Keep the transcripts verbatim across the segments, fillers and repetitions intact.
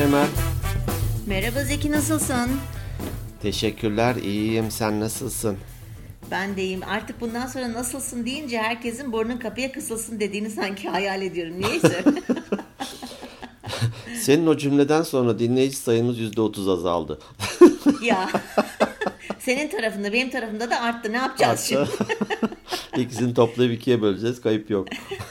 Emel. Merhaba Zeki, nasılsın? Teşekkürler, iyiyim. Sen nasılsın? Ben de iyiyim. Artık bundan sonra nasılsın deyince herkesin burnun kapıya kısılsın dediğini sanki hayal ediyorum. Niyeyse. Senin o cümleden sonra dinleyici sayımız yüzde otuz azaldı. Ya. Senin tarafında, benim tarafımda da arttı. Ne yapacağız şimdi? İkisini toplayıp ikiye böleceğiz. Kayıp yok.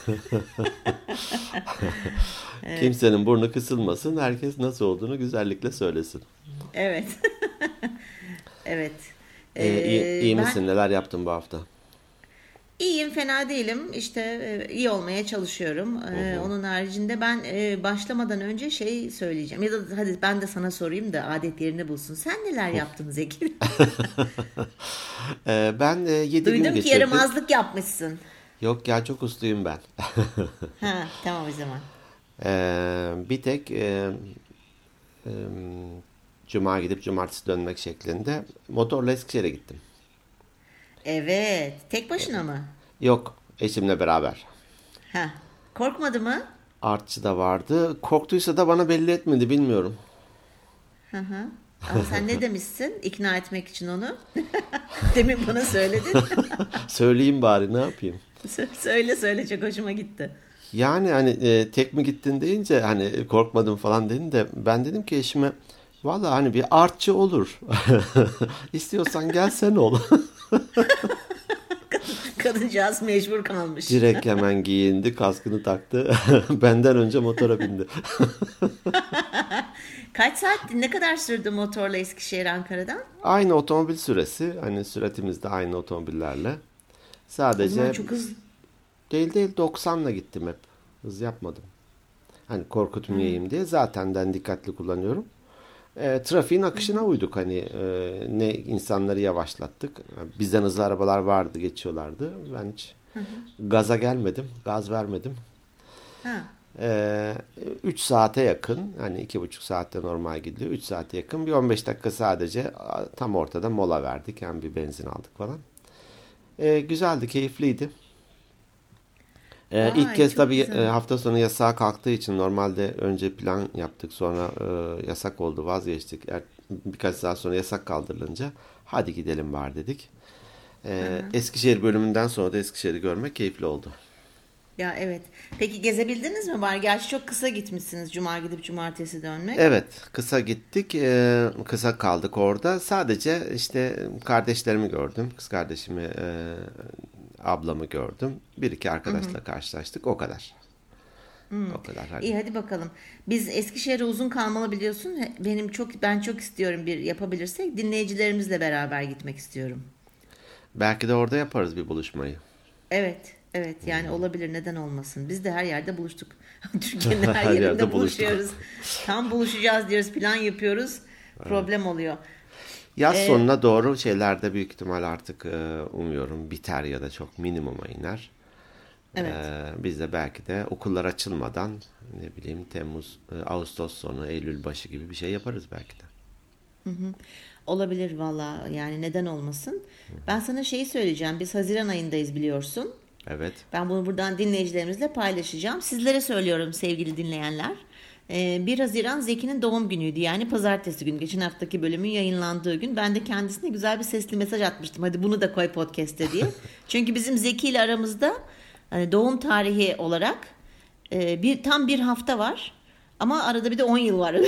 Evet. Kimsenin burnu kısılmasın. Herkes nasıl olduğunu güzellikle söylesin. Evet. Evet. Ee, iyi, iyi misin? Ben... Neler yaptın bu hafta? İyiyim, fena değilim. İşte iyi olmaya çalışıyorum. Ee, onun haricinde ben e, başlamadan önce şey söyleyeceğim. Ya da hadi ben de sana sorayım da adet yerini bulsun. Sen neler yaptın Zeki? ee, ben e, yedi gün geçirdim. Duydum ki yaramazlık yapmışsın. Yok ya, çok usluyum ben. Ha, tamam o zaman. Ee, bir tek e, e, Cuma gidip cumartesi dönmek şeklinde motorla Eskişehir'e gittim. Evet. Tek başına mı? Yok. Eşimle beraber. Ha. Korkmadı mı? Artçı da vardı. Korktuysa da bana belli etmedi. Bilmiyorum. Hı hı. Ama sen ne demişsin ikna etmek için onu? Demin bana söyledin. Söyleyeyim bari, ne yapayım? Söyle söyle, çok hoşuma gitti. Yani hani e, tek mi gittin deyince hani korkmadım falan dedin de ben dedim ki eşime vallahi hani bir artçı olur. İstiyorsan gel sen ol. Kadıncağız mecbur kalmış. Direkt hemen giyindi, kaskını taktı. Benden önce motora bindi. Kaç saat, ne kadar sürdü motorla Eskişehir Ankara'dan? Aynı otomobil süresi. Hani süratimiz de aynı otomobillerle. Sadece... O zaman çok hızlı. Değil değil doksanla gittim hep. Hız yapmadım. Hani korkutmayayım hmm. diye. Zatenden dikkatli kullanıyorum. E, trafiğin akışına hmm. uyduk. Hani e, ne insanları yavaşlattık. Bizden hızlı arabalar vardı, geçiyorlardı. Ben hiç hmm. gaza gelmedim. Gaz vermedim. Ha. üç saate yakın, hani iki buçuk saatte normal gidiyor, üç saate yakın bir on beş dakika sadece tam ortada mola verdik, yani bir benzin aldık falan. E, güzeldi, keyifliydi. E, Vay, ilk kez tabii güzel. Hafta sonu yasağa kalktığı için normalde önce plan yaptık, sonra e, yasak oldu, vazgeçtik. Er, birkaç saat sonra yasak kaldırılınca hadi gidelim bari dedik. E, Eskişehir bölümünden sonra da Eskişehir'i görmek keyifli oldu. Ya evet. Peki gezebildiniz mi bari? Gerçi çok kısa gitmişsiniz, cuma gidip cumartesi dönmek. Evet, kısa gittik. Ee, kısa kaldık orada. Sadece işte kardeşlerimi gördüm. Kız kardeşimi, e, ablamı gördüm. Bir iki arkadaşla Hı-hı. karşılaştık. O kadar. Hmm. O kadar. Hadi. İyi, hadi bakalım. Biz Eskişehir'e uzun kalmalı biliyorsun. Benim çok ben çok istiyorum, bir yapabilirsek dinleyicilerimizle beraber gitmek istiyorum. Belki de orada yaparız bir buluşmayı. Evet. Evet, yani hmm. olabilir, neden olmasın. Biz de her yerde buluştuk. Türkiye'nin her, her yerinde yerde buluşuyoruz. Tam buluşacağız diyoruz, plan yapıyoruz. Evet. Problem oluyor. Yaz ee, sonuna doğru şeylerde büyük ihtimal artık e, umuyorum biter ya da çok minimuma iner. Evet. Ee, biz de belki de okullar açılmadan ne bileyim Temmuz, e, Ağustos sonu, Eylül başı gibi bir şey yaparız belki de. Hı hı. Olabilir valla, yani neden olmasın. Hı. Ben sana şeyi söyleyeceğim. Biz Haziran ayındayız biliyorsun. Evet. Ben bunu buradan dinleyicilerimizle paylaşacağım. Sizlere söylüyorum sevgili dinleyenler. bir Haziran Zeki'nin doğum günüydü. Yani pazartesi günü. Geçen haftaki bölümün yayınlandığı gün. Ben de kendisine güzel bir sesli mesaj atmıştım. Hadi bunu da koy podcast'e diye. Çünkü bizim Zeki ile aramızda hani doğum tarihi olarak bir tam bir hafta var. Ama arada bir de on yıl var.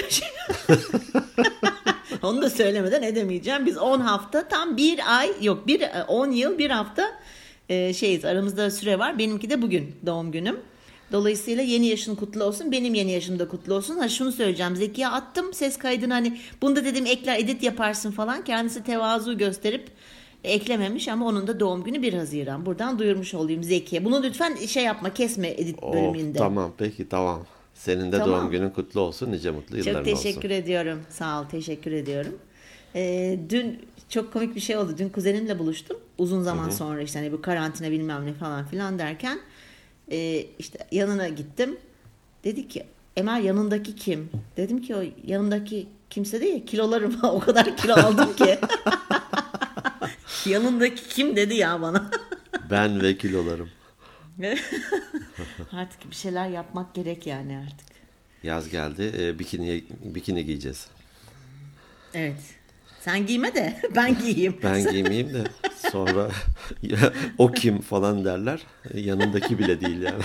Onu da söylemeden edemeyeceğim. Biz on hafta, tam bir ay, yok bir on yıl bir hafta Ee, şeyiz, aramızda süre var. Benimki de bugün doğum günüm. Dolayısıyla yeni yaşın kutlu olsun. Benim yeni yaşım da kutlu olsun. Ha, şunu söyleyeceğim. Zeki'ye attım ses kaydını, hani bunu da dedim ekler, edit yaparsın falan. Kendisi tevazu gösterip eklememiş ama onun da doğum günü bir Haziran. Buradan duyurmuş olayım Zeki'ye. Bunu lütfen şey yapma, kesme edit oh, bölümünde. Tamam peki tamam. Senin de tamam. Doğum günün kutlu olsun. Nice mutlu yılların olsun. Çok teşekkür olsun. ediyorum. Sağ ol, teşekkür ediyorum. Ee, dün çok komik bir şey oldu. Dün kuzenimle buluştum. Uzun zaman Hı-hı. sonra işte hani bu karantina bilmem ne falan filan derken e, işte yanına gittim. Dedi ki Emel yanındaki kim? Dedim ki o yanındaki kimse değil. Kilolarım o kadar kilo aldım ki. Yanındaki kim dedi ya bana. Ben ve kilolarım. Artık bir şeyler yapmak gerek yani artık. Yaz geldi. E, bikini, bikini giyeceğiz. Evet. Sen giyme de ben giyeyim. Ben giymeyeyim de sonra ya, o kim falan derler. Yanındaki bile değil yani.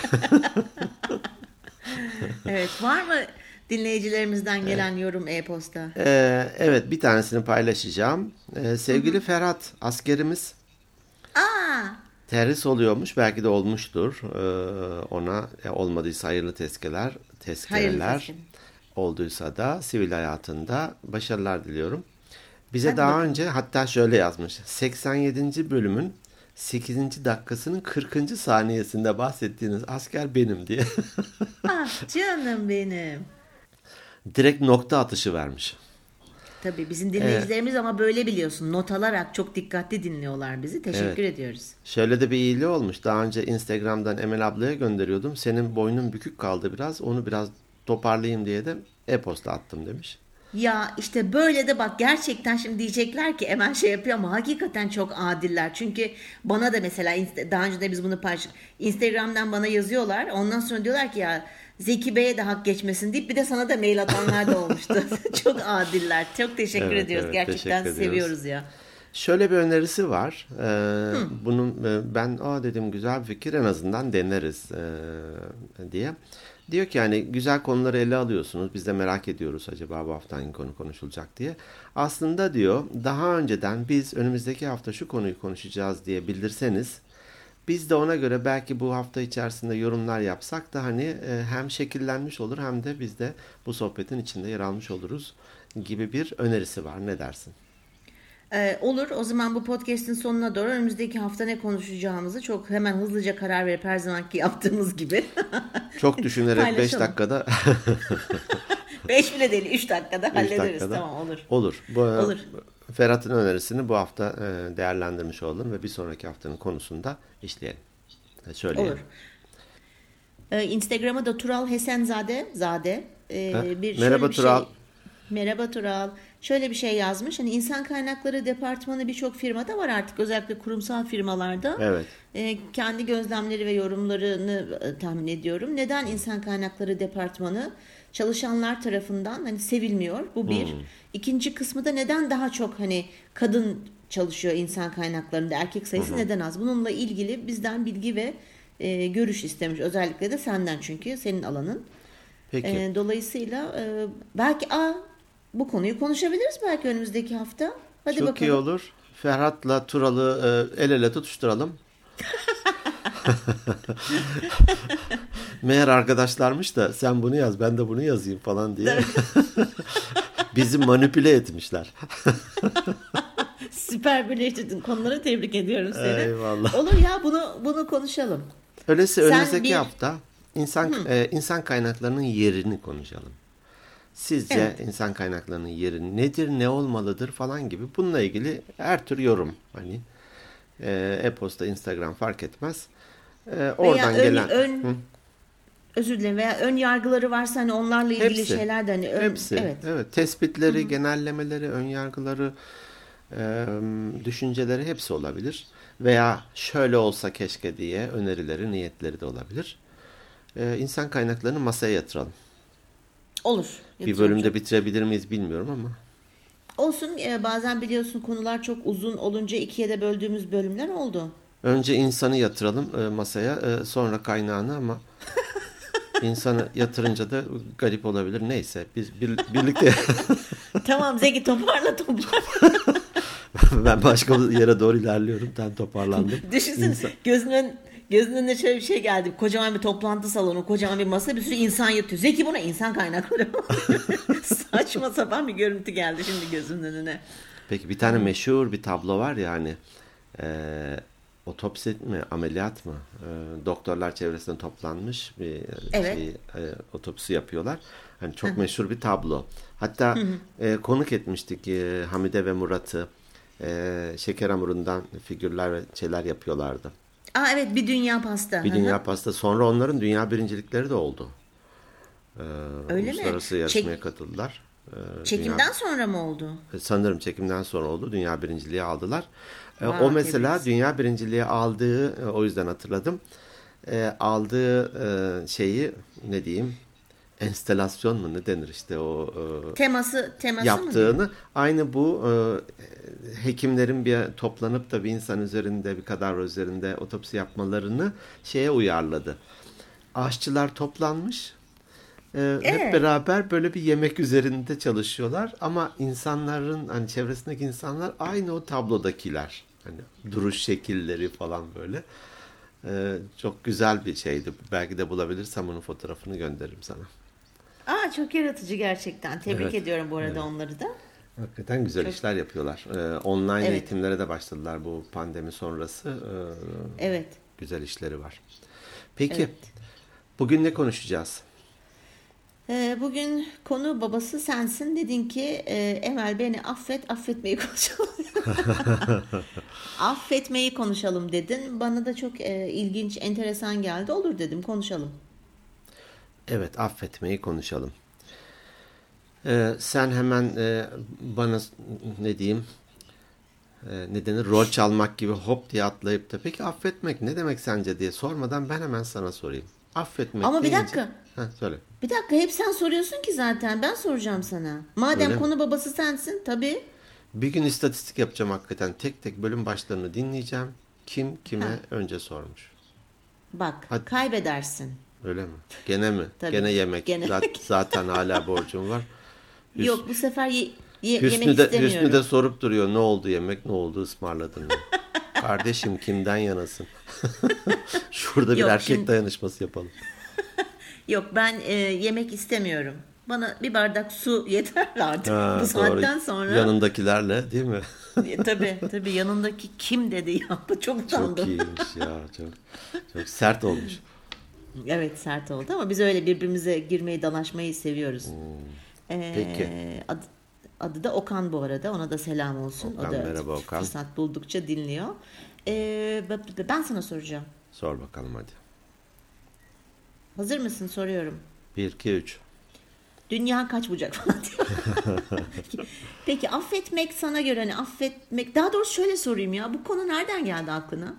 Evet, var mı dinleyicilerimizden gelen yorum e-posta? Ee, evet, bir tanesini paylaşacağım. Ee, sevgili Ferhat askerimiz Aa, terhis oluyormuş. Belki de olmuştur. Ee, ona e, olmadıysa hayırlı tezkeler, tezkereler hayırlı olsun. olduysa da sivil hayatında başarılar diliyorum. Bize Hadi daha bakalım. önce hatta şöyle yazmış. seksen yedinci bölümün sekizinci dakikasının kırkıncı saniyesinde bahsettiğiniz asker benim diye. Ah canım benim. Direkt nokta atışı vermiş. Tabii bizim dinleyicilerimiz ama böyle biliyorsun. Not alarak çok dikkatli dinliyorlar bizi. Teşekkür Evet. ediyoruz. Şöyle de bir iyiliği olmuş. Daha önce Instagram'dan Emel ablaya gönderiyordum. Senin boynun bükük kaldı biraz. Onu biraz toparlayayım diye de e-posta attım demiş. Ya işte böyle de bak gerçekten şimdi diyecekler ki hemen şey yapıyor ama hakikaten çok adiller. Çünkü bana da mesela inst- daha önce de biz bunu paylaştık. Instagram'dan bana yazıyorlar. Ondan sonra diyorlar ki ya Zeki Bey'e de hak geçmesin deyip bir de sana da mail atanlar da olmuştu. Çok adiller. Çok teşekkür Evet, ediyoruz. evet, Gerçekten teşekkür ediyoruz. seviyoruz ya. Şöyle bir önerisi var. Ee, bunun e, ben aa dedim güzel bir fikir, en azından deneriz e, diye. Diyor ki yani güzel konuları ele alıyorsunuz. Biz de merak ediyoruz acaba bu hafta hangi konu konuşulacak diye. Aslında diyor daha önceden biz önümüzdeki hafta şu konuyu konuşacağız diye bildirseniz biz de ona göre belki bu hafta içerisinde yorumlar yapsak da hani e, hem şekillenmiş olur hem de biz de bu sohbetin içinde yer almış oluruz gibi bir önerisi var. Ne dersin? Ee, olur. O zaman bu podcast'in sonuna doğru önümüzdeki hafta ne konuşacağımızı çok hemen hızlıca karar verip her zamanki yaptığımız gibi Çok düşünerek beş paylaşalım. dakikada beş bile değil üç dakikada üç hallederiz. dakikada Tamam olur. olur. Bu, Olur. Ferhat'ın önerisini bu hafta e, değerlendirmiş olalım ve bir sonraki haftanın konusunda işleyelim. E, Söyleyelim. Olur. Ee, Instagram'a da Tural Hesenzade Zade ee, Ha, bir merhaba şöyle bir Tural. şey. Merhaba Tural. Şöyle bir şey yazmış. Hani insan kaynakları departmanı birçok firmada var artık, özellikle kurumsal firmalarda. Evet. Ee, kendi gözlemleri ve yorumlarını e, tahmin ediyorum. Neden insan kaynakları departmanı çalışanlar tarafından hani sevilmiyor? Bu bir. Hmm. İkinci kısmı da neden daha çok hani kadın çalışıyor insan kaynaklarında, erkek sayısı neden az? Bununla ilgili bizden bilgi ve e, görüş istemiş. Özellikle de senden, çünkü senin alanın. Peki. E, dolayısıyla e, belki a bu konuyu konuşabiliriz belki önümüzdeki hafta. Hadi Çok bakalım. iyi olur. Ferhat'la Tural'ı e, el ele tutuşturalım. Meğer arkadaşlarmış da sen bunu yaz ben de bunu yazayım falan diye. Bizi manipüle etmişler. Süper birleştirdin konuları, tebrik ediyorum seni. Eyvallah. Olur ya, bunu bunu konuşalım. Öyleyse Sen önümüzdeki bir- hafta insan e, insan kaynaklarının yerini konuşalım. Sizce Evet. insan kaynaklarının yeri nedir, ne olmalıdır falan gibi bununla ilgili her tür yorum, hani e, e-posta, Instagram fark etmez. E, oradan ön- gelen ön- Hı, Özür dilerim, veya ön yargıları varsa hani onlarla ilgili Hepsi. şeyler de hani ön, hepsi, evet. evet, tespitleri, genellemeleri, ön yargıları, e, düşünceleri hepsi olabilir. Veya şöyle olsa keşke diye önerileri, niyetleri de olabilir. E, insan kaynaklarını masaya yatıralım. Olur. Bir Yatırım bölümde çok- bitirebilir miyiz bilmiyorum ama. Olsun, e, bazen biliyorsun konular çok uzun olunca ikiye de böldüğümüz bölümler oldu. Önce insanı yatıralım e, masaya, e, sonra kaynağını, ama insanı yatırınca da garip olabilir. Neyse biz bir, birlikte Tamam Zeki, toparla toparla. ben başka bir yere doğru ilerliyorum. Ben toparlandım. Düşünsene İnsan- gözünün gözünün önüne şöyle bir şey geldi. Kocaman bir toplantı salonu, kocaman bir masa, bir sürü insan yatıyor. Zeki, buna insan kaynakları. Saçma sapan bir görüntü geldi şimdi gözümün önüne. Peki bir tane meşhur bir tablo var ya hani, e, otopsi mi, ameliyat mı? E, doktorlar çevresinde toplanmış bir Evet. şey, e, otopsi yapıyorlar. Hani çok meşhur bir tablo. Hatta e, konuk etmiştik e, Hamide ve Murat'ı. E, şeker hamurundan figürler ve şeyler yapıyorlardı. Aa evet, bir dünya pasta. Bir Hı hı. dünya pasta. Sonra onların dünya birincilikleri de oldu. E, Öyle mi? uluslararası yarışmaya Çek- katıldılar. E, Çekimden dünya- sonra mı oldu? Sanırım çekimden sonra oldu. Dünya birinciliği aldılar. E, Vay, o mesela tebrik. dünya birinciliği aldığı, e, o yüzden hatırladım. E, aldığı e, şeyi, ne diyeyim, enstelasyon mu ne denir işte o e, Teması teması mı? yaptığını aynı bu e, hekimlerin bir toplanıp da bir insan üzerinde bir kadavra üzerinde otopsi yapmalarını şeye uyarladı. Aşçılar toplanmış. E, hep Evet. beraber böyle bir yemek üzerinde çalışıyorlar ama insanların hani çevresindeki insanlar aynı o tablodakiler. Hani duruş şekilleri falan böyle. E, çok güzel bir şeydi. Belki de bulabilirsem onun fotoğrafını gönderirim sana. Aa, çok yaratıcı gerçekten. Tebrik Evet. ediyorum bu arada onları da. Hakikaten güzel Çok- işler yapıyorlar. Ee, online Evet. eğitimlere de başladılar bu pandemi sonrası. Ee, Evet. güzel işleri var. Peki, Evet. bugün ne konuşacağız? Ee, bugün konu babası sensin. Dedin ki e, Emel beni affet, affetmeyi konuşalım. Affetmeyi konuşalım dedin. Bana da çok e, ilginç, enteresan geldi. Olur dedim, konuşalım. Evet, affetmeyi konuşalım. Ee, sen hemen e, bana ne diyeyim, e, ne denir, rol çalmak gibi hop diye atlayıp da peki affetmek ne demek sence diye sormadan ben hemen sana sorayım. Affetmek Ama bir deyince... dakika. Heh, söyle. Bir dakika, hep sen soruyorsun ki zaten. Ben soracağım sana. Madem Öyle mi? konu babası sensin, tabii. Bir gün istatistik yapacağım hakikaten. Tek tek bölüm başlarını dinleyeceğim. Kim kime Ha. önce sormuş. Bak, Hadi. kaybedersin. Öyle mi? Gene mi? Tabii. Gene yemek. Gene. Zat- Zaten hala borcum var. Hüs- Yok, bu sefer ye- ye- Hüsnü yemek de, istemiyorum. Hüsnü de sorup duruyor. Ne oldu yemek? Ne oldu ısmarladın mı? Kardeşim kimden yanasın? Şurada bir Yok, erkek şimdi- dayanışması yapalım. Yok, ben e, yemek istemiyorum. Bana bir bardak su yeter artık Ha, bu doğru. saatten sonra. Yanındakilerle değil mi? E, tabii tabii, yanındaki kim dedi ya, bu çok Çok utandım. iyiymiş ya. Çok, çok sert olmuş. Evet, sert oldu ama biz öyle birbirimize girmeyi, dalaşmayı seviyoruz. Ee, Peki. Adı, adı da Okan bu arada, ona da selam olsun. Okan, o da merhaba Okan. fırsat buldukça dinliyor. Ee, ben- ben sana soracağım. Sor bakalım hadi. Hazır mısın, soruyorum. Bir, iki, üç. Dünya kaç bucak falan diyor. Peki affetmek sana göre, hani affetmek, daha doğrusu şöyle sorayım ya, bu konu nereden geldi aklına?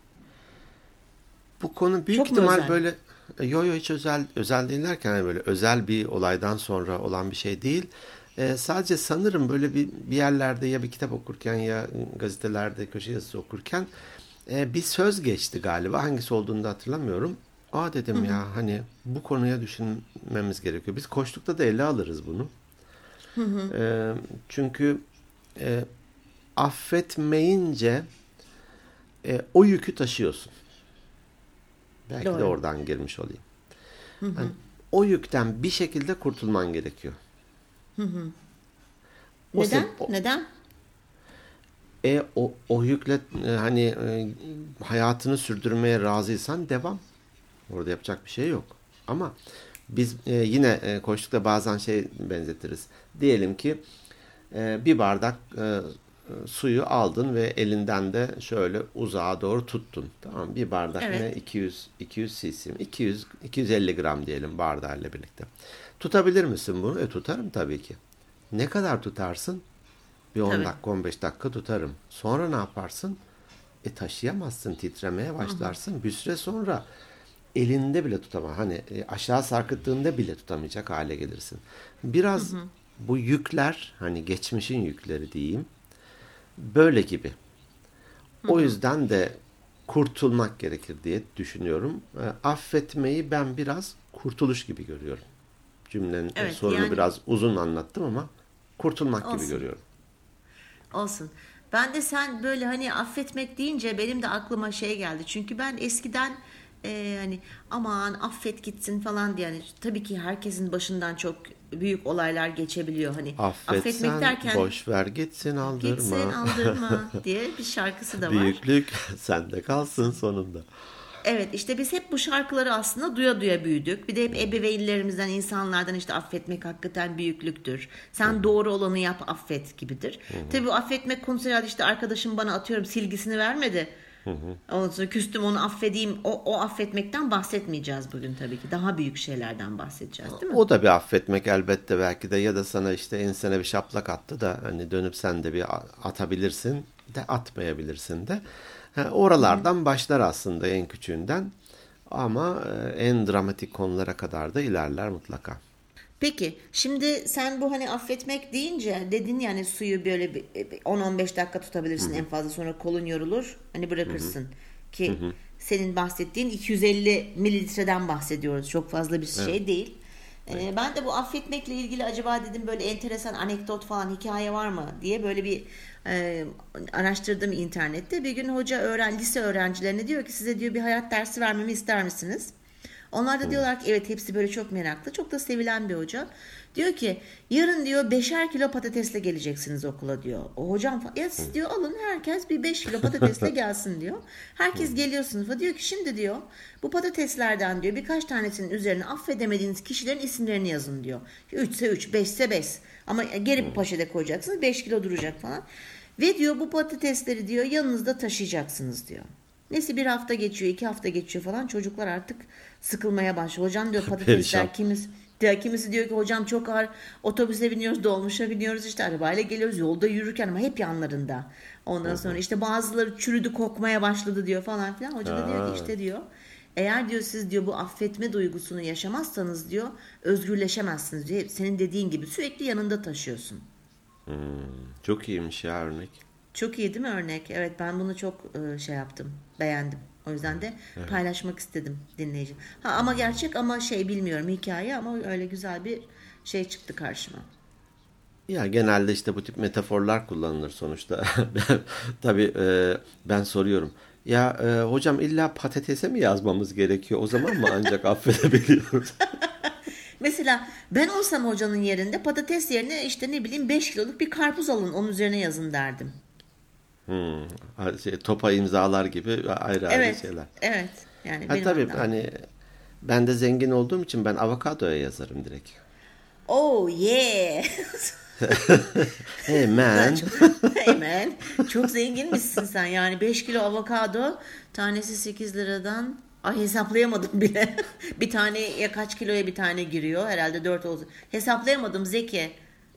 Bu konu büyük Çok mu ihtimal özel? böyle yo yo hiç özel özel değil derken hani böyle özel bir olaydan sonra olan bir şey değil. Ee, sadece sanırım böyle bir, bir yerlerde ya bir kitap okurken ya gazetelerde köşe yazısı okurken e, bir söz geçti galiba. Hangisi olduğunu da hatırlamıyorum. Aa dedim ya hani bu konuya düşünmemiz gerekiyor. Biz koştukta da ele alırız bunu. Ee, çünkü e, affetmeyince e, o yükü taşıyorsun. Belki de Doğru. oradan girmiş olayım. Yani o yükten bir şekilde kurtulman gerekiyor. O Neden? seb- o- Neden? E o, o yükle e, hani e, hayatını sürdürmeye razıysan devam. Orada yapacak bir şey yok. Ama biz e, yine e, koştukta bazen şey benzetiriz. Diyelim ki e, bir bardak e, suyu aldın ve elinden de şöyle uzağa doğru tuttun. Tamam, bir bardak Evet. ne? iki yüz iki yüz cc mi? iki yüz iki yüz elli gram diyelim bardağıyla birlikte. Tutabilir misin bunu? E tutarım tabii ki. Ne kadar tutarsın? Bir on Tabii. dakika on beş dakika tutarım. Sonra ne yaparsın? E taşıyamazsın, titremeye başlarsın. Bir süre sonra elinde bile tutamaz. Hani e, aşağı sarkıttığında bile tutamayacak hale gelirsin. Biraz bu yükler, hani geçmişin yükleri diyeyim, böyle gibi. O yüzden de kurtulmak gerekir diye düşünüyorum. E, affetmeyi ben biraz kurtuluş gibi görüyorum. Cümlenin Evet, sorunu yani- biraz uzun anlattım ama kurtulmak gibi Olsun. görüyorum. Olsun. Ben de sen böyle hani affetmek deyince benim de aklıma şey geldi. Çünkü ben eskiden e, hani aman affet gitsin falan diye, hani tabii ki herkesin başından çok büyük olaylar geçebiliyor. Hani Affetsen boş ver gitsin aldırma. gitsin aldırma diye bir şarkısı da var. Büyüklük sende kalsın sonunda. Evet, işte biz hep bu şarkıları aslında duya duya büyüdük. Bir de hep ebeveynlerimizden, insanlardan işte affetmek hakikaten büyüklüktür. Sen doğru olanı yap, affet gibidir. Tabii bu affetmek konusu herhalde işte arkadaşım bana atıyorum silgisini vermedi. Ondan sonra küstüm, onu affedeyim. O, o affetmekten bahsetmeyeceğiz bugün tabii ki. Daha büyük şeylerden bahsedeceğiz, değil mi? O da bir affetmek elbette belki de, ya da sana işte ensene bir şaplak attı da hani dönüp sen de bir atabilirsin de atmayabilirsin de. Ha, oralardan başlar aslında en küçüğünden ama e, en dramatik konulara kadar da ilerler mutlaka. Peki şimdi sen bu hani affetmek deyince dedin yani suyu böyle bir- bir on on beş dakika tutabilirsin en fazla, sonra kolun yorulur hani bırakırsın ki senin bahsettiğin iki yüz elli mililitreden bahsediyoruz, çok fazla bir şey Evet. değil. Ee, ben de bu affetmekle ilgili acaba dedim böyle enteresan anekdot falan hikaye var mı diye böyle bir e, araştırdım internette. Bir gün hoca öğren lise öğrencilerine diyor ki size diyor bir hayat dersi vermemi ister misiniz? Onlar da diyorlar ki evet, hepsi böyle çok meraklı. Çok da sevilen bir hoca. Diyor ki yarın diyor beşer kilo patatesle geleceksiniz okula diyor. O hocam fa- ya siz diyor alın herkes bir beş kilo patatesle gelsin diyor. Herkes geliyor sınıfa, diyor ki şimdi diyor bu patateslerden diyor birkaç tanesinin üzerine affedemediğiniz kişilerin isimlerini yazın diyor. üç ise üç, beş ise beş. Ama geri bir poşete koyacaksınız, beş kilo duracak falan. Ve diyor bu patatesleri diyor yanınızda taşıyacaksınız diyor. Neyse bir hafta geçiyor, iki hafta geçiyor falan. Çocuklar artık sıkılmaya başlıyor. Hocam diyor Perişan. patatesler kimisi, diyor, kimisi diyor ki hocam çok ağır, otobüse biniyoruz, dolmuşa biniyoruz, işte arabayla geliyoruz, yolda yürürken ama hep yanlarında. Ondan sonra işte bazıları çürüdü, kokmaya başladı diyor falan filan. Hoca da diyor ki işte diyor eğer diyor siz diyor bu affetme duygusunu yaşamazsanız diyor özgürleşemezsiniz diyor. Hep senin dediğin gibi sürekli yanında taşıyorsun. Hmm, çok iyiymiş ya örnek. Çok iyi değil mi örnek? Evet, ben bunu çok e, şey yaptım. Beğendim. O yüzden de paylaşmak istedim dinleyici. Ha ama gerçek ama şey bilmiyorum hikaye ama öyle güzel bir şey çıktı karşıma. Ya genelde işte bu tip metaforlar kullanılır sonuçta. Ben- Tabii e, ben soruyorum. Ya e, hocam illa patatese mi yazmamız gerekiyor? O zaman mı ancak affedebiliyoruz? Mesela ben olsam hocanın yerinde patates yerine işte ne bileyim beş kiloluk bir karpuz alın onun üzerine yazın derdim. Hmm, ha, şey, topa imzalar gibi ayrı ayrı Evet. şeyler. Evet. Yani Ha benim tabii hatam. hani ben de zengin olduğum için ben avokadoya yazarım direkt. Oh yeah. Hey Ben man. çok, hey man, çok zenginmişsin sen. Yani beş kilo avokado tanesi sekiz liradan. Ay hesaplayamadım bile. Bir tane ya kaç kiloya bir tane giriyor. Herhalde dört oldu. Hesaplayamadım Zeki.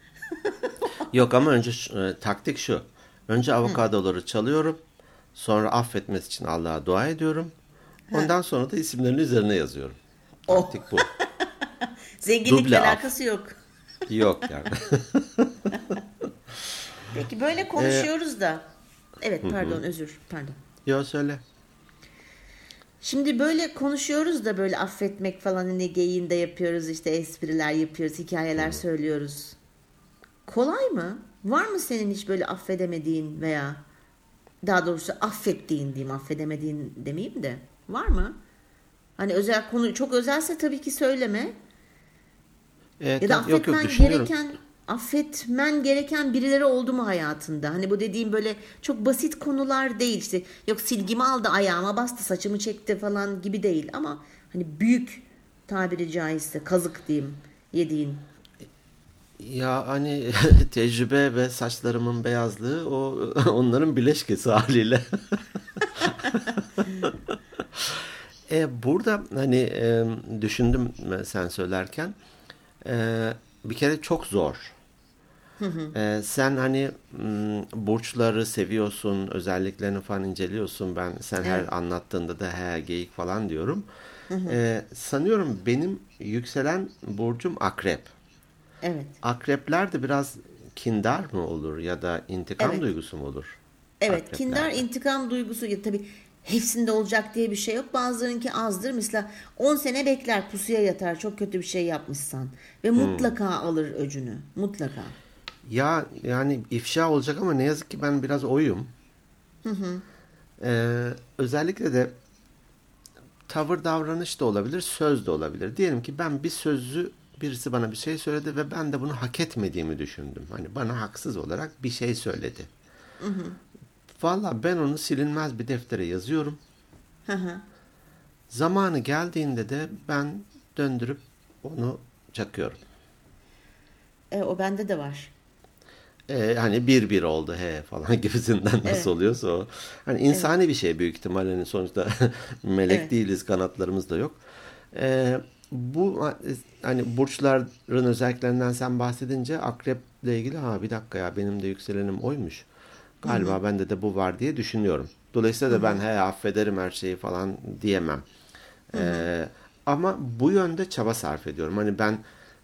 Yok ama önce şu- e, taktik şu. Önce avokadoları çalıyorum. Sonra affetmesi için Allah'a dua ediyorum. Ondan sonra da isimlerini üzerine yazıyorum. Oh. Taktik bu. Zenginlikle Duble af. alakası yok. Yok yani. Peki böyle konuşuyoruz da. Evet pardon özür pardon. Yok söyle. Şimdi böyle konuşuyoruz da böyle affetmek falan hani geyiğinde yapıyoruz, işte espriler yapıyoruz, hikayeler söylüyoruz. Kolay mı? Var mı senin hiç böyle affedemediğin veya daha doğrusu affettiğin diyeyim, affedemediğin demeyeyim de var mı? Hani özel konu çok özelse tabii ki söyleme. E, Ya da tam- yok yok affetmen düşünüyorum. gereken affetmen gereken birileri oldu mu hayatında? Hani bu dediğim böyle çok basit konular değil, işte yok silgimi aldı ayağıma bastı saçımı çekti falan gibi değil ama hani büyük, tabiri caizse kazık diyeyim yediğin. Ya hani tecrübe ve saçlarımın beyazlığı o onların bileşkesi haliyle. E, burada hani e, düşündüm sen söylerken e, bir kere çok zor. E, sen hani m, burçları seviyorsun, özelliklerini falan inceliyorsun. Ben sen her Evet. anlattığında da he geyik falan diyorum. E, sanıyorum benim yükselen burcum akrep. Evet. Akrepler de biraz kindar mı olur ya da intikam Evet. duygusu mu olur? Evet, kindar Akreplerde. intikam duygusu ya tabii hepsinde olacak diye bir şey yok. Bazılarınki azdır. Mesela on sene bekler, pusuya yatar çok kötü bir şey yapmışsan ve mutlaka alır öcünü. Mutlaka. Ya yani ifşa olacak ama ne yazık ki ben biraz oyum. Ee, özellikle de tavır davranış da olabilir, söz de olabilir. Diyelim ki ben bir sözü birisi bana bir şey söyledi ve ben de bunu hak etmediğimi düşündüm. Hani bana haksız olarak bir şey söyledi. Valla ben onu silinmez bir deftere yazıyorum. Hı hı. Zamanı geldiğinde de ben döndürüp onu çakıyorum. E, o bende de var. Ee, hani bir bir oldu he falan gibisinden nasıl Evet. oluyorsa o. Hani insani bir şey büyük ihtimalle hani sonuçta melek Evet. değiliz, kanatlarımız da yok. Ee, bu hani burçların özelliklerinden sen bahsedince akreple ilgili ha bir dakika ya benim de yükselenim oymuş. Galiba bende de bu var diye düşünüyorum. Dolayısıyla da ben he affederim her şeyi falan diyemem. Ee, ama bu yönde çaba sarf ediyorum. Hani ben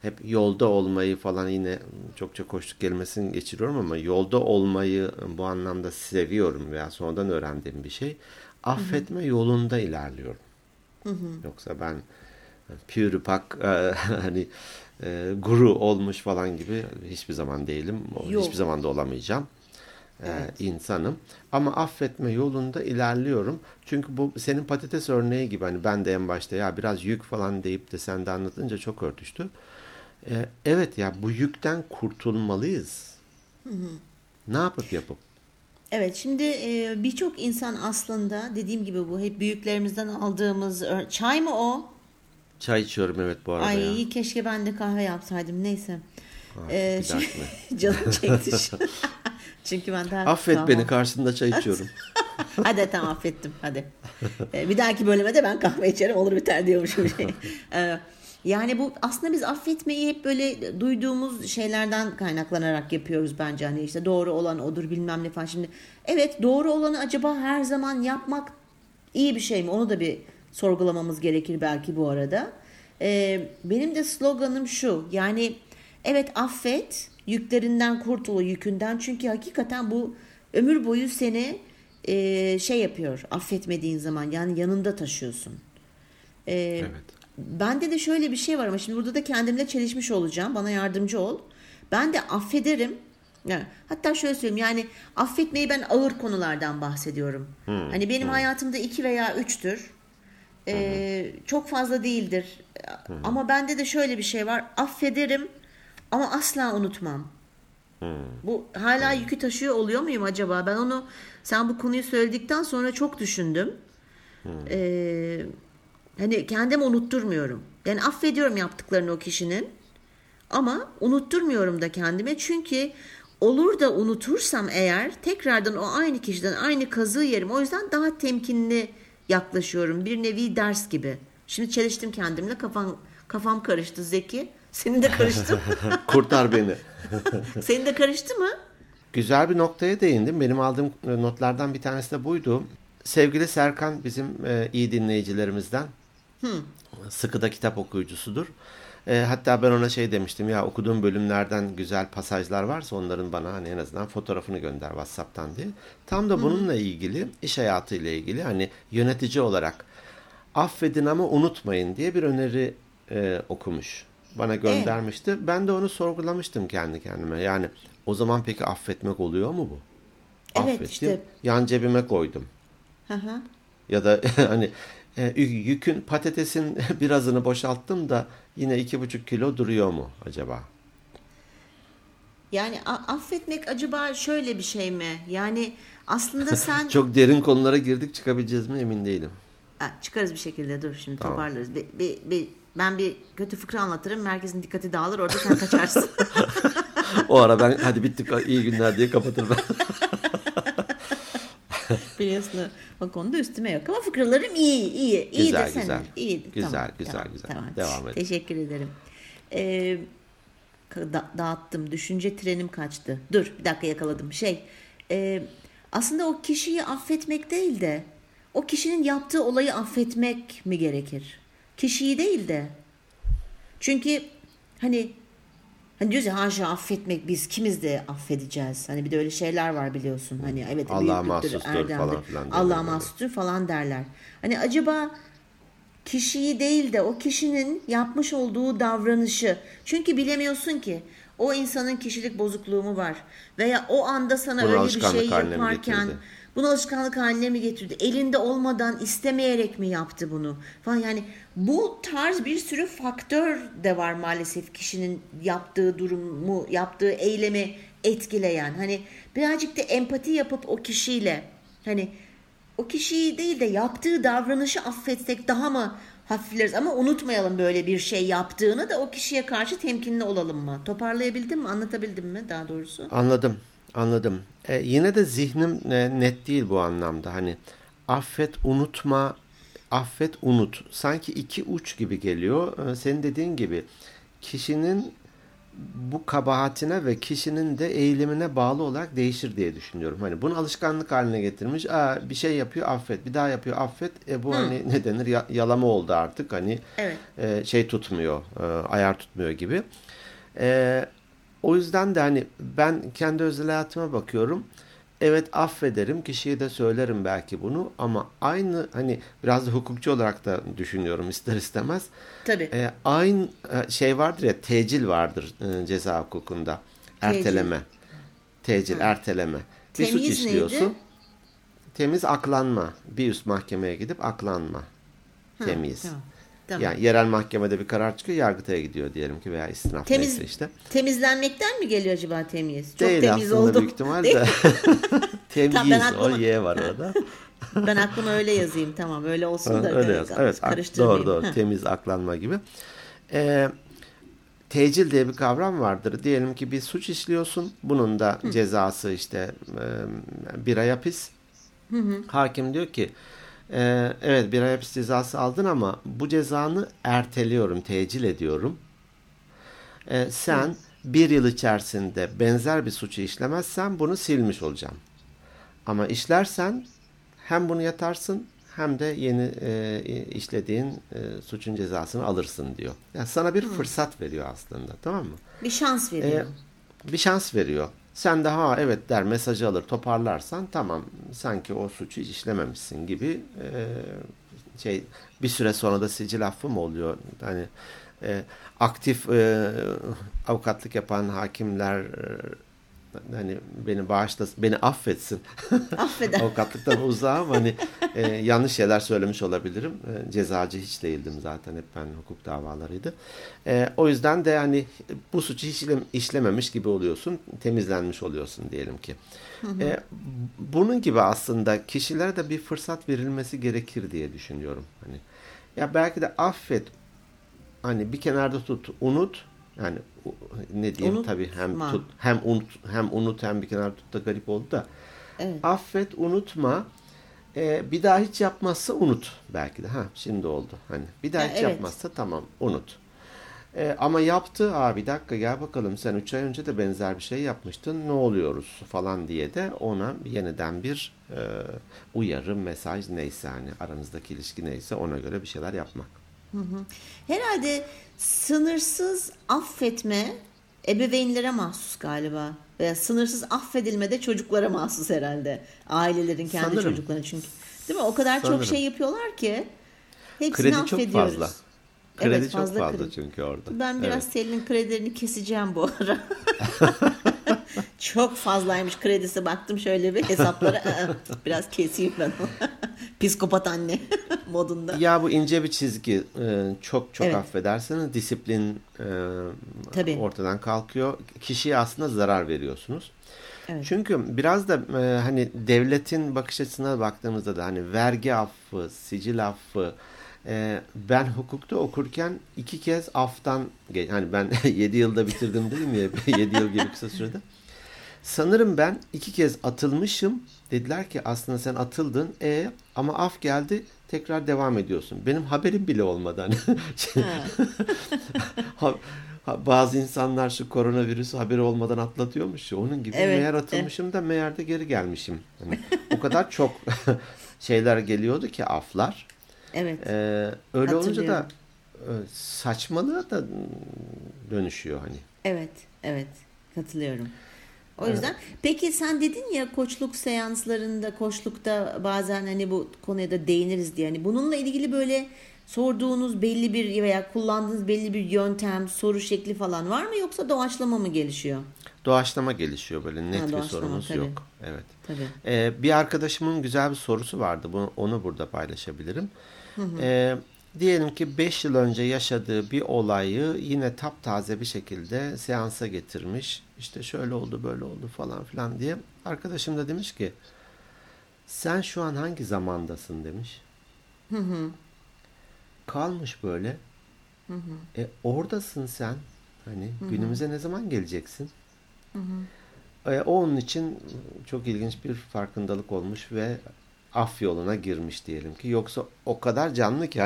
hep yolda olmayı falan, yine çokça koştuk kelimesini geçiriyorum ama yolda olmayı bu anlamda seviyorum veya sonradan öğrendiğim bir şey. Affetme hı hı. yolunda ilerliyorum. Hı hı. Yoksa ben pürüpak hani e, guru olmuş falan gibi hiçbir zaman değilim. Yok. Hiçbir zaman da olamayacağım. Evet. Ee, insanım. Ama affetme yolunda ilerliyorum. Çünkü bu senin patates örneği gibi, hani ben de en başta ya biraz yük falan deyip de sen de anlatınca çok örtüştü. Ee, evet ya, bu yükten kurtulmalıyız. Hı hı. Ne yapıp yapıp? Evet, şimdi e, birçok insan aslında dediğim gibi bu hep büyüklerimizden aldığımız çay mı o? Çay içiyorum evet bu arada. Ay ya. Keşke ben de kahve yapsaydım, neyse. Ee, şey, canım çekti. Çünkü ben daha affet kahve... beni, karşında çay içiyorum. Hadi tamam, affettim hadi. Ee, bir dahaki bölüme de ben kahve içerim, olur biter diyormuşum. Şey. Ee, yani bu aslında biz affetmeyi hep böyle duyduğumuz şeylerden kaynaklanarak yapıyoruz bence. Hani işte doğru olan odur bilmem ne falan. Şimdi evet, doğru olanı acaba her zaman yapmak iyi bir şey mi? Onu da bir sorgulamamız gerekir belki bu arada. Ee, benim de sloganım şu, yani evet affet, yüklerinden kurtul, yükünden, çünkü hakikaten bu ömür boyu seni e, şey yapıyor affetmediğin zaman, yani yanında taşıyorsun. Ee, evet. Bende de şöyle bir şey var ama şimdi burada da kendimle çelişmiş olacağım, bana yardımcı ol. Ben de affederim. Yani, hatta şöyle söyleyeyim, yani affetmeyi ben ağır konulardan bahsediyorum. Hmm, hani benim hmm. hayatımda iki veya üçtür. Ee, çok fazla değildir. Hı-hı. Ama bende de şöyle bir şey var. Affederim ama asla unutmam. Hı-hı. Bu hala Hı-hı. yükü taşıyor oluyor muyum acaba? Ben onu, sen bu konuyu söyledikten sonra çok düşündüm. Ee, hani kendimi unutturmuyorum. Yani affediyorum yaptıklarını o kişinin. Ama unutturmuyorum da kendime. Çünkü olur da unutursam eğer tekrardan o aynı kişiden aynı kazığı yerim. O yüzden daha temkinli yaklaşıyorum. Bir nevi ders gibi. Şimdi çeliştim kendimle. Kafam, kafam karıştı Zeki. Senin de karıştı mı? Kurtar beni. Senin de karıştı mı? Güzel bir noktaya değindim. Benim aldığım notlardan bir tanesi de buydu. Sevgili Serkan bizim e, iyi dinleyicilerimizden. Hmm. Sıkı da kitap okuyucusudur. E, hatta ben ona şey demiştim ya, okuduğum bölümlerden güzel pasajlar varsa onların bana hani en azından fotoğrafını gönder WhatsApp'tan diye. Tam da bununla ilgili, iş hayatıyla ilgili, hani yönetici olarak affedin ama unutmayın diye bir öneri e, okumuş. Bana göndermişti. Evet. Ben de onu sorgulamıştım kendi kendime. Yani o zaman peki affetmek oluyor mu bu? Evet, affettim, işte. Yan cebime koydum. Hı hı. Ya da hani e, yükün, patatesin birazını boşalttım da yine iki buçuk kilo duruyor mu acaba? Yani affetmek acaba şöyle bir şey mi? Yani aslında sen... Çok derin konulara girdik, çıkabileceğiz mi emin değilim. Ha, çıkarız bir şekilde, dur şimdi tamam. Toparlarız. Bir, bir, bir, ben bir kötü fıkra anlatırım, herkesin dikkati dağılır, orada sen kaçarsın. O ara ben hadi bittik iyi günler diye kapatırım ben. Biliyorsun o konuda üstüme yok ama fıkralarım iyi iyi. iyi güzel desene. güzel. İyi. Güzel tamam, güzel tamam, güzel. Tamam. Devam et. Teşekkür ederim. Ee, da- dağıttım. Düşünce trenim kaçtı. Dur bir dakika, yakaladım. Şey e, aslında o kişiyi affetmek değil de o kişinin yaptığı olayı affetmek mi gerekir? Kişiyi değil de. Çünkü hani Hani diyoruz ya, haşa affetmek, biz kimiz de affedeceğiz. Hani bir de öyle şeyler var biliyorsun. Hani evet, Allah'a mahsustur falan filan. Allah'a mahsustur falan derler. Hani acaba kişiyi değil de o kişinin yapmış olduğu davranışı. Çünkü bilemiyorsun ki o insanın kişilik bozukluğu mu var? Veya o anda sana bunu öyle bir şey yaparken bunu alışkanlık haline mi getirdi? Elinde olmadan istemeyerek mi yaptı bunu? Falan, yani bu tarz bir sürü faktör de var maalesef kişinin yaptığı durumu, yaptığı eylemi etkileyen. Hani birazcık da empati yapıp o kişiyle, hani o kişiyi değil de yaptığı davranışı affetsek daha mı hafifleriz? Ama unutmayalım böyle bir şey yaptığını da o kişiye karşı temkinli olalım mı? Toparlayabildim mi? Anlatabildim mi daha doğrusu? Anladım. Anladım. Ee, yine de zihnim e, net değil bu anlamda. Hani affet, unutma, affet, unut. Sanki iki uç gibi geliyor. Ee, senin dediğin gibi kişinin bu kabahatine ve kişinin de eğilimine bağlı olarak değişir diye düşünüyorum. Hani bunu alışkanlık haline getirmiş. Aa, bir şey yapıyor affet, bir daha yapıyor affet. E bu Hı. hani ne denir? Ya, yalama oldu artık. Hani evet. e, şey tutmuyor, e, ayar tutmuyor gibi. E, o yüzden de hani ben kendi özel hayatıma bakıyorum. Evet affederim, kişiye de söylerim belki bunu ama aynı hani biraz da hukukçu olarak da düşünüyorum ister istemez. Tabii. E, aynı şey vardır ya, tecil vardır e, ceza hukukunda. Erteleme. Tecil, Hı. erteleme. Bir Temiz suç işliyorsun. Neydi? Temiz aklanma. Bir üst mahkemeye gidip aklanma. Hı. Temiz. Tamam. Tamam. Yani yerel mahkemede bir karar çıkıyor, Yargıtay'a gidiyor diyelim ki veya istinaf Temiz, neyse işte. Temizlenmekten mi geliyor acaba temiz? Çok Değil temiz aslında oldum. büyük ihtimalle. Temiz tamam, o Y var orada. Ben aklıma öyle yazayım, tamam öyle olsun da. Öyle yaz. Evet, doğru doğru Heh. temiz aklanma gibi. Ee, tecil diye bir kavram vardır. Diyelim ki bir suç işliyorsun. Bunun da Hı. cezası işte e, bir ay hapis. Hı hı. Hakim diyor ki e, evet bir ay hapis cezası aldın ama bu cezanı erteliyorum, tecil ediyorum. E, sen Hı. bir yıl içerisinde benzer bir suçu işlemezsen bunu silmiş olacağım. Ama işlersen hem bunu yatarsın hem de yeni e, işlediğin e, suçun cezasını alırsın diyor. Yani sana bir Hı. fırsat veriyor aslında, tamam mı? Bir şans veriyor. E, bir şans veriyor. Sen de ha evet der mesajı alır toparlarsan tamam sanki o suçu hiç işlememişsin gibi e, şey bir süre sonra da sicil affı mı oluyor? Hani e, aktif e, avukatlık yapan hakimler e, hani beni bağışlasın, beni affetsin. Affeder. Avukatlıktan uzağım hani e, yanlış şeyler söylemiş olabilirim. E, cezacı hiç değildim zaten, hep ben hukuk davalarıydı. E, o yüzden de hani bu suçu hiç işlememiş gibi oluyorsun, temizlenmiş oluyorsun diyelim ki. Hı hı. E, bunun gibi aslında kişilere de bir fırsat verilmesi gerekir diye düşünüyorum. Hani ya belki de affet, hani bir kenarda tut, unut. Yani ne diyeyim unut, tabii hem ma. tut hem unut hem unut hem bir kenara tut da garip oldu da. Evet. Affet, unutma. Ee, bir daha hiç yapmazsa unut belki de. Ha şimdi oldu. Hani bir daha ya, hiç evet. yapmazsa tamam unut. Ee, ama yaptı. Aa bir dakika gel bakalım sen üç ay önce de benzer bir şey yapmıştın. Ne oluyoruz falan diye de ona yeniden bir e, uyarı, mesaj neyse hani aranızdaki ilişki neyse ona göre bir şeyler yapmak. Hı hı. Herhalde sınırsız affetme ebeveynlere mahsus galiba. Veya sınırsız affedilme de çocuklara mahsus herhalde. Ailelerin kendi Sanırım. çocuklarına çünkü. Değil mi? O kadar Sanırım. çok şey yapıyorlar ki hepsini kredi affediyoruz. Çok fazla. Kredi evet, çok fazla, fazla kredi. çünkü orada. Ben biraz evet. Selin'in kredilerini keseceğim bu ara. Çok fazlaymış kredisi, baktım şöyle bir hesaplara. Biraz keseyim ben onu. Psikopat anne modunda. Ya bu ince bir çizgi. Çok çok evet. affederseniz disiplin Tabii. ortadan kalkıyor. Kişiye aslında zarar veriyorsunuz. Evet. Çünkü biraz da hani devletin bakış açısına baktığımızda da hani vergi affı, sicil affı, ben hukukta okurken iki kez aftan hani ben yedi yılda bitirdim dedim ya yedi yıl gibi kısa sürede. Sanırım ben iki kez atılmışım. Dediler ki aslında sen atıldın e ama af geldi tekrar devam ediyorsun. Benim haberim bile olmadı. Hani. Bazı insanlar şu koronavirüsü haberi olmadan atlatıyormuş ya, onun gibi evet, meğer atılmışım evet. da meğer de geri gelmişim. Yani o kadar çok şeyler geliyordu ki aflar. Evet. Ee, öyle olunca da saçmalığa da dönüşüyor hani. Evet, evet. Katılıyorum. O yüzden evet. Peki sen dedin ya koçluk seanslarında, koçlukta bazen hani bu konuya da değiniriz diye. Hani bununla ilgili böyle sorduğunuz belli bir veya kullandığınız belli bir yöntem, soru şekli falan var mı yoksa doğaçlama mı gelişiyor? Doğaçlama gelişiyor, böyle net ha, bir sorumuz tabii. yok. Evet. Tabii. Ee, bir arkadaşımın güzel bir sorusu vardı. Bunu, onu burada paylaşabilirim. Hı hı. Ee, diyelim ki beş yıl önce yaşadığı bir olayı yine taptaze bir şekilde seansa getirmiş. İşte şöyle oldu, böyle oldu falan filan diye. Arkadaşım da demiş ki sen şu an hangi zamandasın demiş. Hı hı. Kalmış böyle. Hı hı. E oradasın sen. Hani hı hı. günümüze ne zaman geleceksin? Hı hı. E, o onun için çok ilginç bir farkındalık olmuş ve af yoluna girmiş diyelim ki. Yoksa o kadar canlı ki hani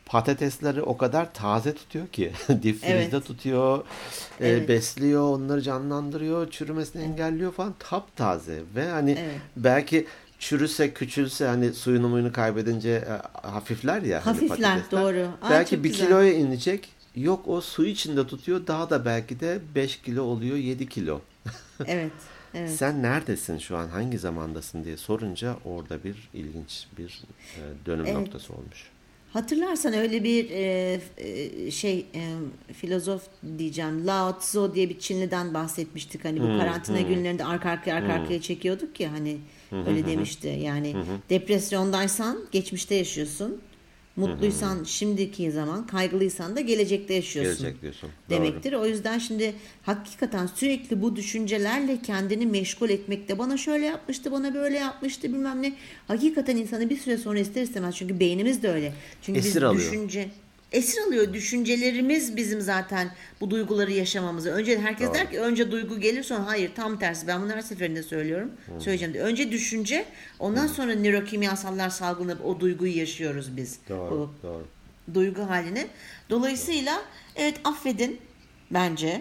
patatesleri o kadar taze tutuyor ki dip frizde Evet. tutuyor, e, Evet. besliyor, onları canlandırıyor, çürümesini engelliyor falan, taptaze ve hani Evet. belki çürüse, küçülse, hani suyunu muyunu kaybedince e, hafifler ya hani Hafifler, patatesler. doğru. Ay, Belki çok bir güzel. kiloya inecek. Yok, o su içinde tutuyor. Daha da belki de beş kilo oluyor, yedi kilo. Evet. Evet. Sen neredesin şu an, hangi zamandasın diye sorunca orada bir ilginç bir e, dönüm Evet. noktası olmuş. Hatırlarsan öyle bir e, e, şey e, filozof diyeceğim, Lao Tzu diye bir Çinliden bahsetmiştik. Hani bu karantina günlerinde arka arkaya arka arkaya çekiyorduk ya, hani öyle demişti. Yani depresyondaysan geçmişte yaşıyorsun. Mutluysan şimdiki zaman, kaygılıysan da gelecekte yaşıyorsun Gelecek diyorsun. demektir. O yüzden şimdi hakikaten sürekli bu düşüncelerle kendini meşgul etmekte, bana şöyle yapmıştı, bana böyle yapmıştı, bilmem ne. Hakikaten insanı bir süre sonra ister istemez, çünkü beynimiz de öyle. Çünkü Esir biz alıyor. düşünce esir alıyor. Düşüncelerimiz bizim zaten bu duyguları yaşamamızı. Önce herkes Doğru. der ki önce duygu gelir, sonra hayır, tam tersi. Ben bunu her seferinde söylüyorum. Söyleyeceğim de. Önce düşünce, ondan sonra nörokimyasallar salgılanıp o duyguyu yaşıyoruz biz. Doğru, Bu doğru. duygu halini. Dolayısıyla evet, affedin bence.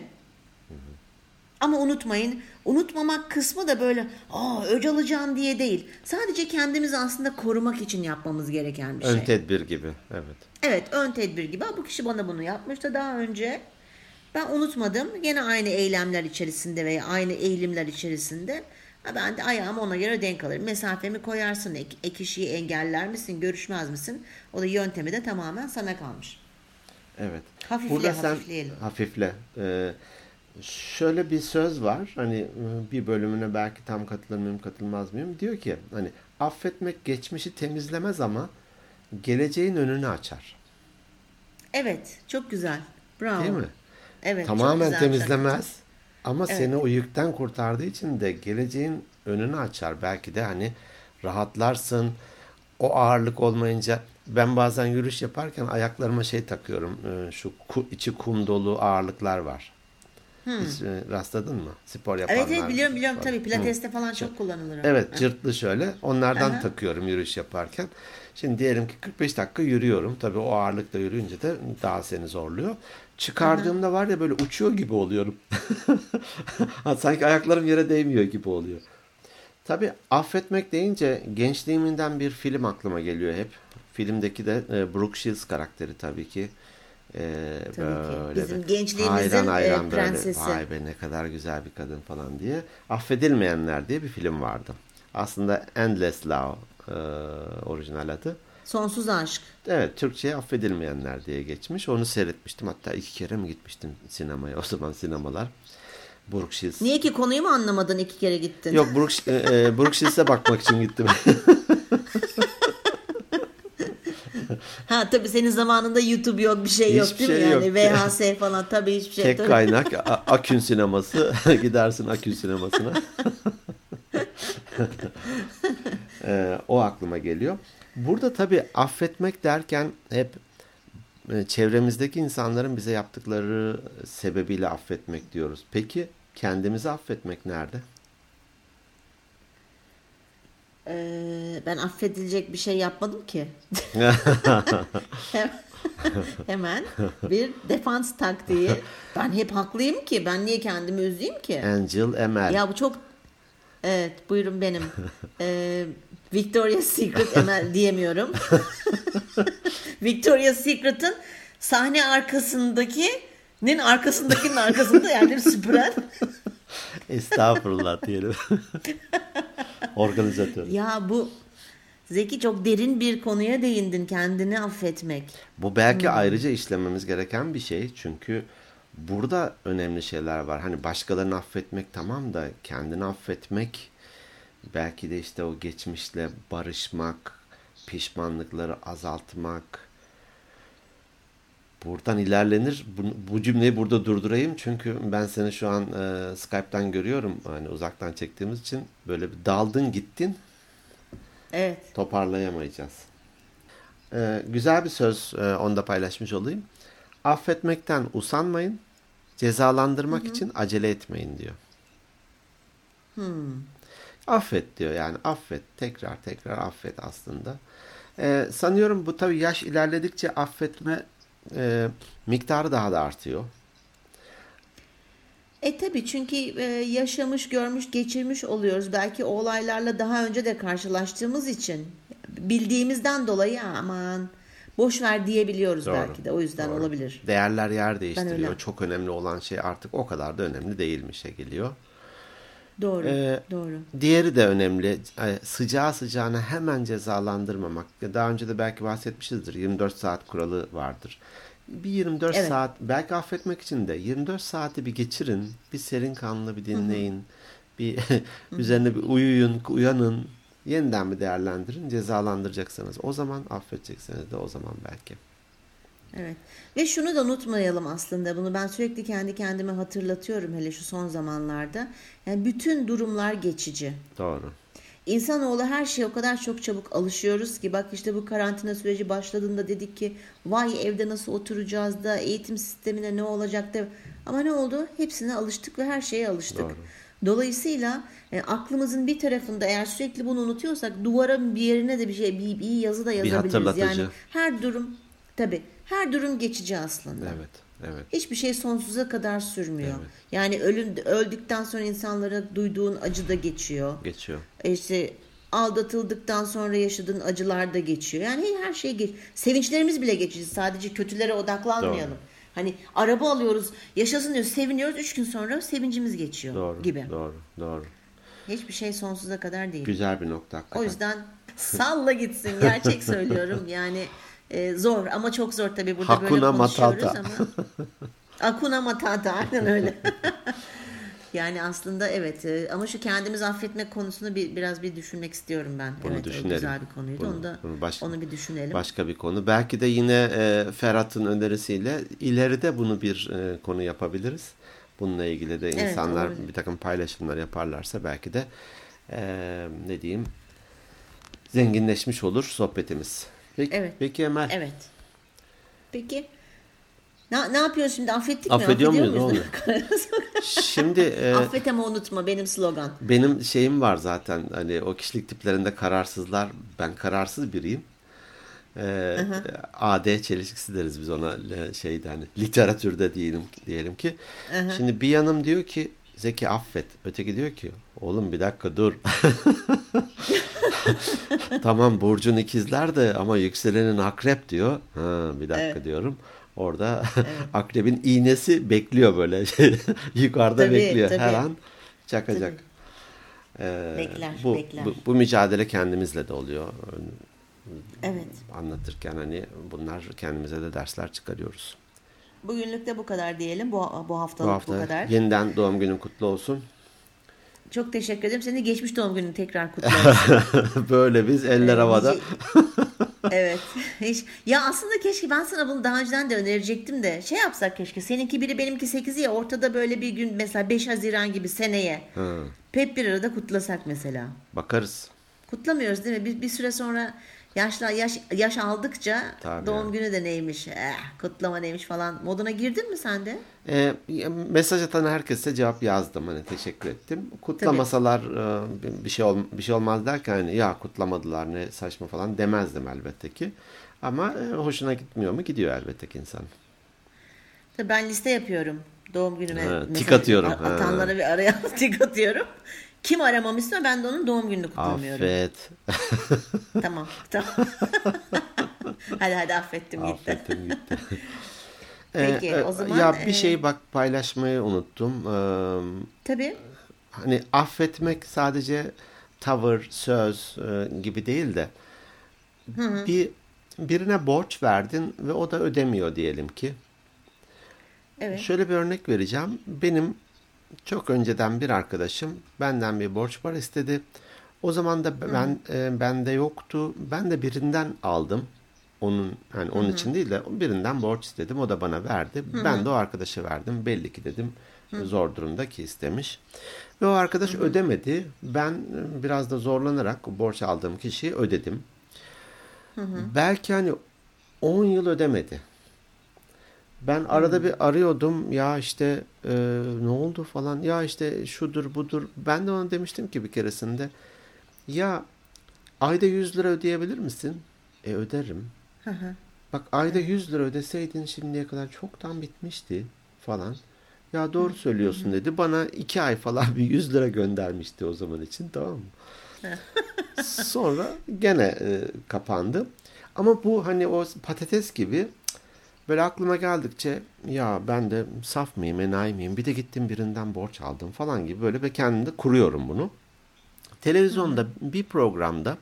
Ama unutmayın. Unutmamak kısmı da böyle aa öc alacağım diye değil. Sadece kendimizi aslında korumak için yapmamız gereken bir şey. Ön tedbir gibi. Evet. Evet, ön tedbir gibi. Bu kişi bana bunu yapmıştı daha önce. Ben unutmadım. Gene aynı eylemler içerisinde veya aynı eğilimler içerisinde. Ha, ben de ayağımı ona göre denk alırım. Mesafemi koyarsın. Ek, ek kişiyi engeller misin? Görüşmez misin? O da yöntemi de tamamen sana kalmış. Evet. Hafifle, Burada sen hafifleyelim. hafifle. Ee, şöyle bir söz var. Hani e, bir bölümüne belki tam katılır mıyım, katılmaz mıyım? Diyor ki hani affetmek geçmişi temizlemez ama geleceğin önünü açar. Evet, çok güzel. Bravo. Değil mi? Evet, çok Tamamen güzel. temizlemez ama Evet. seni o yükten kurtardığı için de geleceğin önünü açar. Belki de hani rahatlarsın. O ağırlık olmayınca, ben bazen yürüyüş yaparken ayaklarıma şey takıyorum. e, Şu ku- içi kum dolu ağırlıklar var. Hiç e, rastladın mı? Spor yapanlar. Evet evet, biliyorum biliyorum, var. tabii pilateste falan çok kullanılır. o. Evet, cırtlı şöyle. Onlardan Aha. takıyorum yürüyüş yaparken. Şimdi diyelim ki kırk beş dakika yürüyorum. Tabii o ağırlıkla yürüyünce de daha seni zorluyor. Çıkardığımda var ya, böyle uçuyor gibi oluyorum. Sanki ayaklarım yere değmiyor gibi oluyor. Tabii affetmek deyince gençliğimden bir film aklıma geliyor hep. Filmdeki de e, Brooke Shields karakteri tabii ki. E, Tabii ki. böyle Bizim bir gençliğimizin, hayran hayran e, böyle, prensesi. vay be ne kadar güzel bir kadın falan diye. Affedilmeyenler diye bir film vardı. Aslında Endless Love e, orijinal adı. Sonsuz aşk. Evet, Türkçe'ye Affedilmeyenler diye geçmiş. Onu seyretmiştim. Hatta iki kere mi gitmiştim sinemaya? O zaman sinemalar. Brooke Shields. Niye ki, konuyu mu anlamadın, iki kere gittin? Yok, Brooke, e, e, Brooke Shields'e bakmak için gittim. Ha tabii, senin zamanında YouTube yok, bir şey yok, Hiçbir değil şey mi? Yani yok. V H S falan, tabii hiçbir şey. Tek Tabii. kaynak A- Akün sineması. Gidersin Akün sinemasına. Ee, o aklıma geliyor. Burada tabii affetmek derken hep e, çevremizdeki insanların bize yaptıkları sebebiyle affetmek diyoruz. Peki kendimizi affetmek nerede? Ee, ben affedilecek bir şey yapmadım ki. Hemen bir defans taktiği. Ben hep haklıyım ki. Ben niye kendimi üzeyim ki? Angel Emel. Ya bu çok... Evet, buyurun benim. Ee, Victoria's Secret Emel diyemiyorum. Victoria's Secret'ın sahne arkasındakinin arkasındakinin arkasında, yani süpüren. Estağfurullah diyelim. Organizatör. Ya bu Zeki, çok derin bir konuya değindin, kendini affetmek. Bu belki ayrıca işlememiz gereken bir şey. Çünkü burada önemli şeyler var. Hani başkalarını affetmek tamam da kendini affetmek, belki de işte o geçmişle barışmak, pişmanlıkları azaltmak. Buradan ilerlenir. Bu, bu cümleyi burada durdurayım. Çünkü ben seni şu an e, Skype'tan görüyorum. Hani uzaktan çektiğimiz için böyle bir daldın gittin. Evet. Toparlayamayacağız. Ee, güzel bir söz, e, onu da paylaşmış olayım. Affetmekten usanmayın, cezalandırmak hı hı. için acele etmeyin diyor. Hmm. Affet diyor, yani affet, tekrar tekrar affet aslında. Ee, sanıyorum bu tabii yaş ilerledikçe affetme e, miktarı daha da artıyor. E tabii çünkü e, yaşamış, görmüş, geçirmiş oluyoruz. Belki o olaylarla daha önce de karşılaştığımız için bildiğimizden dolayı aman boş ver diyebiliyoruz Doğru. belki de. O yüzden Doğru. olabilir. Değerler yer Ben değiştiriyor. öyle. Çok önemli olan şey artık o kadar da önemli değilmişe geliyor. Doğru, Ee, doğru. Diğeri de önemli. Ee, Sıcağı sıcağına hemen cezalandırmamak. Daha önce de belki bahsetmişizdir. yirmi dört saat kuralı vardır. Bir yirmi dört Evet. saat belki affetmek için de yirmi dört saati bir geçirin. Bir serin kanlı bir dinleyin. Bir üzerine bir uyuyun, uyanın. Yeniden bir değerlendirin. Cezalandıracaksınız. O zaman affedeceksiniz de o zaman belki. Evet. Ve şunu da unutmayalım aslında. Bunu ben sürekli kendi kendime hatırlatıyorum hele şu son zamanlarda. Yani bütün durumlar geçici. Doğru. İnsanoğlu her şeye o kadar çok çabuk alışıyoruz ki bak işte bu karantina süreci başladığında dedik ki vay evde nasıl oturacağız da eğitim sistemine ne olacak da ama ne oldu? Hepsine alıştık ve her şeye alıştık. Doğru. Dolayısıyla e, aklımızın bir tarafında eğer sürekli bunu unutuyorsak duvara bir yerine de bir şey bir, bir yazı da yazabiliriz. hatırlatıcı. Yani her durum tabii her durum geçici aslında. Evet. Evet. Hiçbir şey sonsuza kadar sürmüyor. Evet. Yani ölüm öldükten sonra insanlara duyduğun acı da geçiyor. Geçiyor. E İşte aldatıldıktan sonra yaşadığın acılar da geçiyor. Yani her şey geç. Sevinçlerimiz bile geçici. Sadece kötülere odaklanmayalım. Doğru. Hani araba alıyoruz, yaşasın diyoruz, seviniyoruz. Üç gün sonra sevincimiz geçiyor Doğru. gibi. Doğru. Doğru. Hiçbir şey sonsuza kadar değil. Güzel bir nokta hakikaten. O yüzden salla gitsin. Gerçek söylüyorum. Yani e, zor ama çok zor tabii burada Hakuna böyle konuşuyoruz Matata. ama. Hakuna Matata aynen öyle. Yani aslında evet e, ama şu kendimizi affetmek konusunu bir biraz bir düşünmek istiyorum ben. Bunu evet, o düşünelim. güzel bir konuydu. Bunu- onu da bunu baş- onu bir düşünelim. Başka bir konu. Belki de yine e, Ferhat'ın önerisiyle ileride bunu bir e, konu yapabiliriz. Bununla ilgili de Evet, insanlar olabilir. bir takım paylaşımlar yaparlarsa belki de e, ne diyeyim zenginleşmiş olur sohbetimiz. Peki, Evet. peki Emel. Evet. Peki ne, ne yapıyoruz şimdi? Affettik mi? Affediyor Affediyor muyuz? muyuz? Şimdi e, Affet ama unutma benim slogan. benim şeyim var zaten hani o kişilik tiplerinde kararsızlar. Ben kararsız biriyim. Ee, A D çelişkisi deriz biz ona e, şeyde hani literatürde diyelim diyelim ki. Şimdi bir yanım diyor ki Zeki affet. Öteki diyor ki oğlum bir dakika dur. Tamam burcun ikizler de ama yükselenin akrep diyor. Ha, bir dakika Evet. diyorum. Orada akrebin iğnesi bekliyor böyle. Yukarıda Tabii, bekliyor. tabii. Her an çakacak. Ee, Bekler, bu, bekler. Bu, bu mücadele kendimizle de oluyor. Evet. Anlatırken hani bunlar kendimize de dersler çıkarıyoruz. Bugünlük de bu kadar diyelim. Bu, bu Bu haftalık bu, hafta kadar. yeniden doğum günün kutlu olsun. Çok teşekkür ederim. Senin de geçmiş doğum günün tekrar kutlu olsun. Böyle biz eller havada. Nice- Evet. Hiç... Ya aslında keşke ben sana bunu daha önceden de önerecektim de şey yapsak keşke. Seninki biri benimki sekizi ya ortada böyle bir gün mesela beş Haziran gibi seneye. Ha, Hep bir arada kutlasak mesela. bakarız. Kutlamıyoruz değil mi? Bir, bir süre sonra yaşla yaş yaş aldıkça Tabii doğum ya. günü de neymiş, eh, kutlama neymiş falan moduna girdin mi sen de? Ee, mesaj atan herkese cevap yazdım hani teşekkür ettim. Kutlamasalar e, bir şey ol, bir şey olmaz derken hani ya kutlamadılar ne saçma falan demezdim elbette ki. Ama e, hoşuna gitmiyor mu? Gidiyor elbette ki insan. Tabii ben liste yapıyorum. Doğum günüme Ha, mesaj tik atıyorum. a- atanlara bir araya tik atıyorum. Kim aramamışsa ben de onun doğum gününü kutlamıyorum. Affet. Tamam. Tamam. hadi hadi affettim gitti. Affettim gitti. Peki, Ee, o zaman, ya bir e, şey bak paylaşmayı unuttum. Ee, Tabii. hani affetmek sadece tavır, söz e, gibi değil de bir birine borç verdin ve o da ödemiyor diyelim ki. Evet. Şöyle bir örnek vereceğim. Benim çok önceden bir arkadaşım benden bir borç para istedi. O zaman da ben e, bende yoktu. Ben de birinden aldım. Onun yani onun için değil de birinden borç istedim. O da bana verdi. Ben de o arkadaşa verdim. Belli ki dedim zor durumda ki istemiş. Ve o arkadaş ödemedi. Ben e, biraz da zorlanarak o borç aldığım kişiyi ödedim. Belki hani on yıl ödemedi. Ben arada bir arıyordum ya işte e, ne oldu falan ya işte şudur budur. Ben de ona demiştim ki bir keresinde ya ayda yüz lira ödeyebilir misin? E öderim. Hı hı. Bak ayda yüz lira ödeseydin şimdiye kadar çoktan bitmişti falan. Ya doğru söylüyorsun dedi. Bana iki ay falan bir yüz lira göndermişti o zaman için, tamam mı? Sonra gene e, kapandı. Ama bu hani o patates gibi böyle aklıma geldikçe ya ben de saf mıyım, enayi miyim? Bir de gittim birinden borç aldım falan gibi böyle ve kendimde kuruyorum bunu. Televizyonda hı hı. bir programda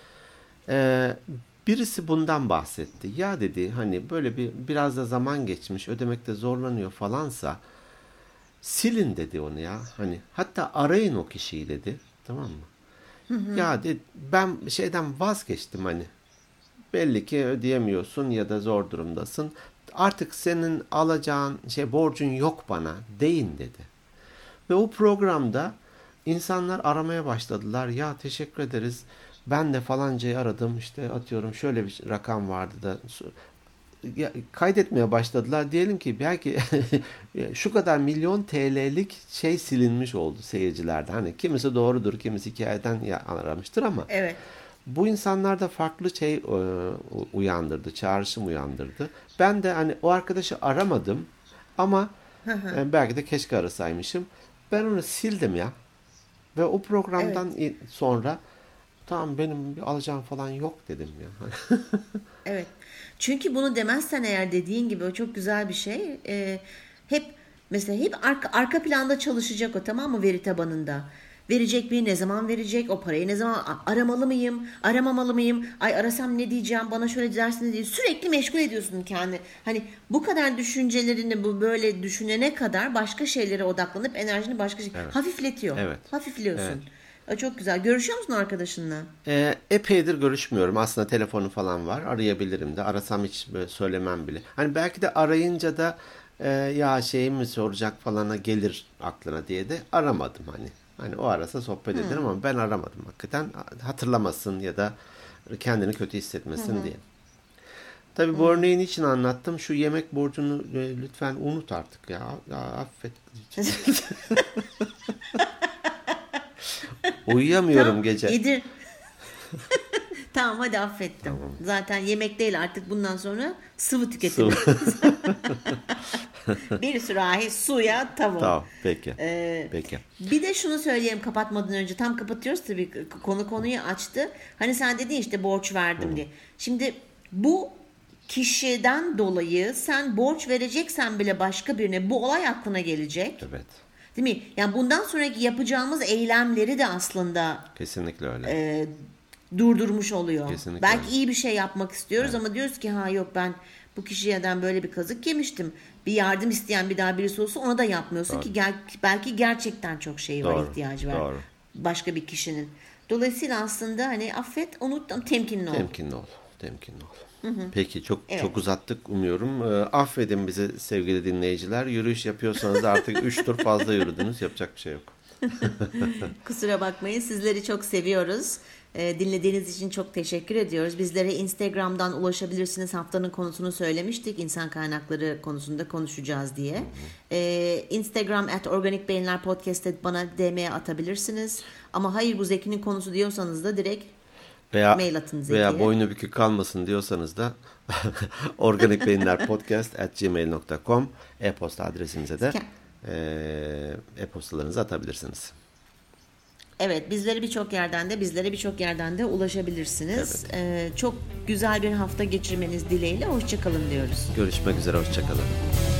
e, birisi bundan bahsetti. Ya dedi hani böyle bir biraz da zaman geçmiş, ödemekte zorlanıyor falansa silin dedi onu ya. Hani hatta arayın o kişiyi dedi. Tamam mı? Hı hı. Ya dedi, ben şeyden vazgeçtim hani. Belli ki ödeyemiyorsun ya da zor durumdasın. Artık senin alacağın şey borcun yok bana deyin dedi. Ve o programda insanlar aramaya başladılar. Ya teşekkür ederiz. Ben de falancayı aradım. İşte atıyorum şöyle bir rakam vardı da ya, kaydetmeye başladılar. Diyelim ki belki şu kadar milyon T L'lik şey silinmiş oldu seyircilerden. Hani kimisi doğrudur, kimisi hikayeden aramıştır ama evet. Bu insanlarda farklı şey e, uyandırdı, çağrışım uyandırdı. Ben de hani o arkadaşı aramadım ama e, belki de keşke arasaymışım. Ben onu sildim ya. Ve o programdan evet. sonra tamam benim bir alacağım falan yok dedim ya. Evet. Çünkü bunu demezsen eğer dediğin gibi o çok güzel bir şey. Ee, hep mesela hep arka, arka planda çalışacak o, tamam mı, veri tabanında. Verecek mi? Ne zaman verecek? O parayı ne zaman aramalı mıyım? Aramamalı mıyım? Ay arasam ne diyeceğim? Bana şöyle dersiniz diye sürekli meşgul ediyorsun kendini. Hani bu kadar düşüncelerini bu böyle düşünene kadar başka şeylere odaklanıp enerjini başka şey evet. hafifletiyor. Evet. Hafifliyorsun. Evet. Çok güzel. Görüşüyor musun arkadaşınla? E, epeydir görüşmüyorum. Aslında telefonu falan var. Arayabilirim de. Arasam hiç böyle söylemem bile. Hani belki de arayınca da e, ya şey mi soracak falana gelir aklına diye de aramadım hani. Hani o arasa sohbet ederim hmm. ama ben aramadım hakikaten. Hatırlamasın ya da kendini kötü hissetmesin hmm. diye. Tabii hmm. bu örneğin için anlattım. Şu yemek borcunu e, lütfen unut artık ya. Ya affet. Uyuyamıyorum tamam, gece. Yedir. Tamam hadi affettim. Tamam. Zaten yemek değil artık bundan sonra sıvı tüketimi. Sıvı. Bir sürahi suya tavuk. Tamam peki. Ee, peki. Bir de şunu söyleyeyim kapatmadan önce. Tam kapatıyoruz tabii, konu konuyu açtı. Hani sen dedin işte borç verdim Hı. diye. Şimdi bu kişiden dolayı sen borç vereceksen bile başka birine bu olay aklına gelecek. Evet. Değil mi? Yani bundan sonraki yapacağımız eylemleri de aslında kesinlikle öyle. E, durdurmuş oluyor. Kesinlikle Belki öyle. iyi bir şey yapmak istiyoruz evet. ama diyoruz ki ha yok ben bu kişiden böyle bir kazık yemiştim. Bir yardım isteyen bir daha birisi olsa ona da yapmıyorsun Doğru. ki gel, belki gerçekten çok şey var, Doğru. ihtiyacı var. Doğru. Başka bir kişinin. Dolayısıyla aslında hani affet, unut, temkinli ol. Temkinli ol. Temkinli ol. Hı hı. Peki çok evet. çok uzattık umuyorum. E, affedin bizi sevgili dinleyiciler. Yürüyüş yapıyorsanız artık üç tur fazla yürüdünüz. Yapacak bir şey yok. Kusura bakmayın. Sizleri çok seviyoruz. E, dinlediğiniz için çok teşekkür ediyoruz. Bizlere Instagram'dan ulaşabilirsiniz. Haftanın konusunu söylemiştik. İnsan kaynakları konusunda konuşacağız diye. Hı hı. E, Instagram at Organik Beyinler Podcast'te bana D M'ye atabilirsiniz. Ama hayır bu Zeki'nin konusu diyorsanız da direkt veya, mail atın Zeki'ye. Veya boynu bükük kalmasın diyorsanız da organikbeyinlerpodcast at gmail nokta com e-posta adresimize de e, e-postalarınızı atabilirsiniz. Evet, bizleri birçok yerden de bizlere birçok yerden de ulaşabilirsiniz. Evet. Ee, çok güzel bir hafta geçirmeniz dileğiyle hoşça kalın diyoruz. Görüşmek üzere, hoşça kalın.